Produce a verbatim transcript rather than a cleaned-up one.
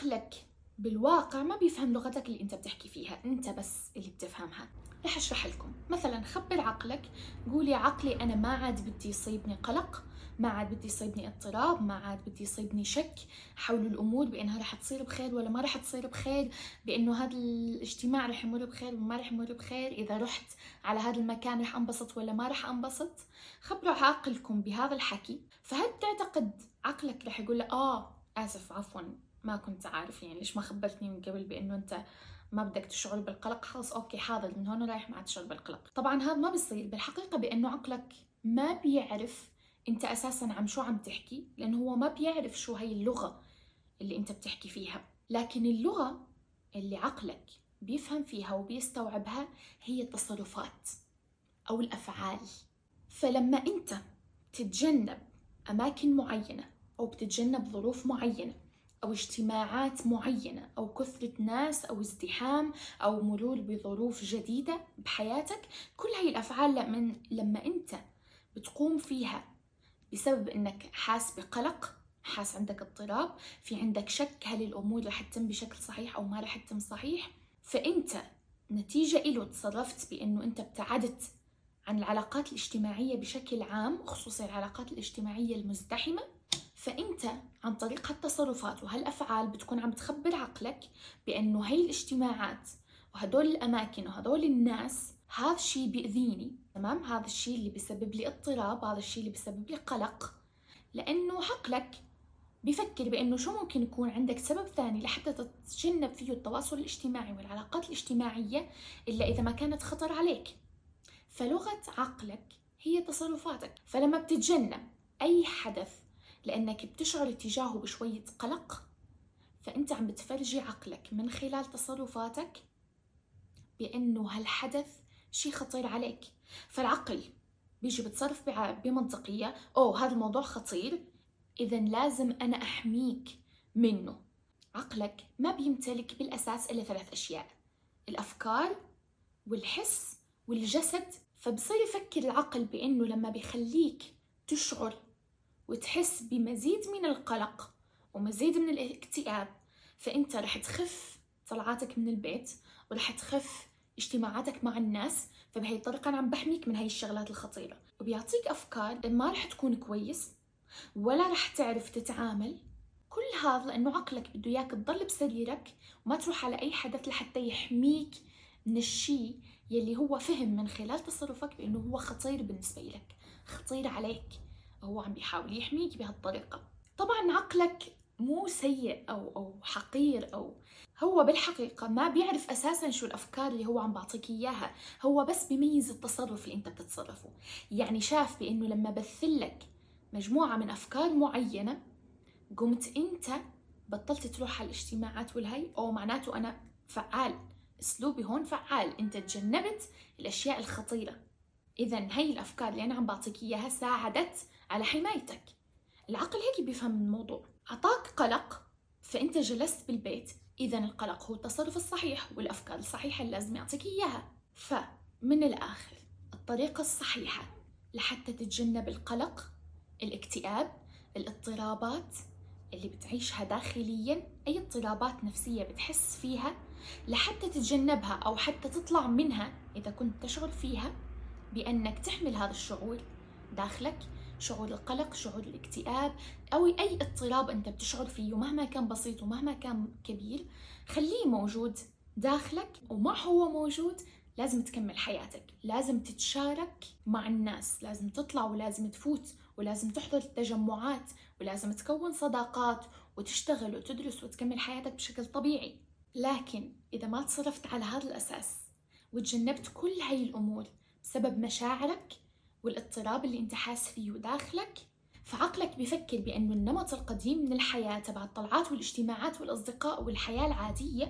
عقلك بالواقع ما بيفهم لغتك اللي انت بتحكي فيها، انت بس اللي بتفهمها. رح اشرح لكم. مثلا خبر عقلك، قولي عقلي انا ما عاد بدي يصيبني قلق، ما عاد بدي يصيبني اضطراب، ما عاد بدي يصيبني شك حول الامور بانها رح تصير بخير ولا ما رح تصير بخير، بانه هذا الاجتماع رح يمر بخير وما رح يمر بخير، اذا رحت على هذا المكان رح انبسط ولا ما رح انبسط. خبروا عقلكم بهذا الحكي. فهل تعتقد عقلك رح يقول اه اسف عفوا ما كنت عارف، يعني ليش ما خبرتني من قبل بانه انت ما بدك تشعر بالقلق، خلص اوكي حاضر من هون رايح ما عاد تشعر بالقلق. طبعا هذا ما بيصير بالحقيقه، بانه عقلك ما بيعرف انت اساسا عم شو عم تحكي، لانه هو ما بيعرف شو هي اللغه اللي انت بتحكي فيها. لكن اللغه اللي عقلك بيفهم فيها وبيستوعبها هي التصرفات او الافعال. فلما انت تتجنب اماكن معينه او بتتجنب ظروف معينه أو اجتماعات معينة أو كثرة ناس أو ازدحام أو مرور بظروف جديدة بحياتك، كل هاي الأفعال لما, لما أنت بتقوم فيها بسبب أنك حاس بقلق، حاس عندك اضطراب، في عندك شك هل الأمور رح تتم بشكل صحيح أو ما رح تتم صحيح، فأنت نتيجة إله تصرفت بأنه أنت ابتعدت عن العلاقات الاجتماعية بشكل عام، خصوصا العلاقات الاجتماعية المزدحمة. فأنت عن طريق هالتصرفات وهالأفعال بتكون عم تخبر عقلك بأنه هاي الاجتماعات وهدول الأماكن وهدول الناس هذا الشيء بيأذيني، تمام؟ هذا الشيء اللي بيسبب لي اضطراب، هذا الشيء اللي بيسبب لي قلق، لأنه عقلك بيفكر بأنه شو ممكن يكون عندك سبب ثاني لحتى تتجنب فيه التواصل الاجتماعي والعلاقات الاجتماعية إلا إذا ما كانت خطر عليك. فلغة عقلك هي تصرفاتك. فلما بتتجنب أي حدث لأنك بتشعر اتجاهه بشوية قلق، فأنت عم بتفرجي عقلك من خلال تصرفاتك بأنه هالحدث شيء خطير عليك. فالعقل بيجي بتصرف بمنطقية، أوه هذا الموضوع خطير إذا لازم أنا أحميك منه. عقلك ما بيمتلك بالأساس إلا ثلاث أشياء: الأفكار والحس والجسد. فبصير يفكر العقل بأنه لما بيخليك تشعر وتحس بمزيد من القلق ومزيد من الاكتئاب، فأنت رح تخف طلعاتك من البيت ورح تخف اجتماعاتك مع الناس. فبهي الطريقة أنا عم بحميك من هاي الشغلات الخطيرة، وبيعطيك أفكار ما رح تكون كويس ولا رح تعرف تتعامل. كل هذا لأنه عقلك بده إياك تضل بسريرك وما تروح على أي حدث لحتى يحميك من الشيء يلي هو فهم من خلال تصرفك بأنه هو خطير بالنسبة لك، خطير عليك. هو عم بيحاول يحميك بهالطريقة. طبعا عقلك مو سيء أو أو حقير، أو هو بالحقيقة ما بيعرف أساسا شو الأفكار اللي هو عم بعطيك إياها، هو بس بيميز التصرف اللي أنت بتتصرفه. يعني شاف بأنه لما بثلك مجموعة من أفكار معينة قمت أنت بطلت تروح على الاجتماعات والهي، أو معناته أنا فعال، أسلوبي هون فعال، أنت تجنبت الأشياء الخطيرة. إذا هي الأفكار اللي أنا عم بعطيك إياها ساعدت على حمايتك. العقل هيك بيفهم الموضوع. عطاك قلق فأنت جلست بالبيت، إذا القلق هو التصرف الصحيح والأفكار الصحيحة اللي لازم يعطيك إياها. فمن الآخر الطريقة الصحيحة لحتى تتجنب القلق، الاكتئاب، الاضطرابات اللي بتعيشها داخليا، أي اضطرابات نفسية بتحس فيها، لحتى تتجنبها أو حتى تطلع منها إذا كنت تشعر فيها، بأنك تحمل هذا الشعور داخلك، شعور القلق، شعور الاكتئاب، أو أي اضطراب أنت بتشعر فيه مهما كان بسيط ومهما كان كبير، خليه موجود داخلك. وما هو موجود لازم تكمل حياتك، لازم تتشارك مع الناس، لازم تطلع ولازم تفوت ولازم تحضر التجمعات ولازم تكون صداقات وتشتغل وتدرس وتكمل حياتك بشكل طبيعي. لكن إذا ما تصرفت على هذا الأساس وتجنبت كل هاي الأمور بسبب مشاعرك والاضطراب اللي انت حاس فيه داخلك، فعقلك بيفكر بأنه النمط القديم من الحياة تبع الطلعات والاجتماعات والأصدقاء والحياة العادية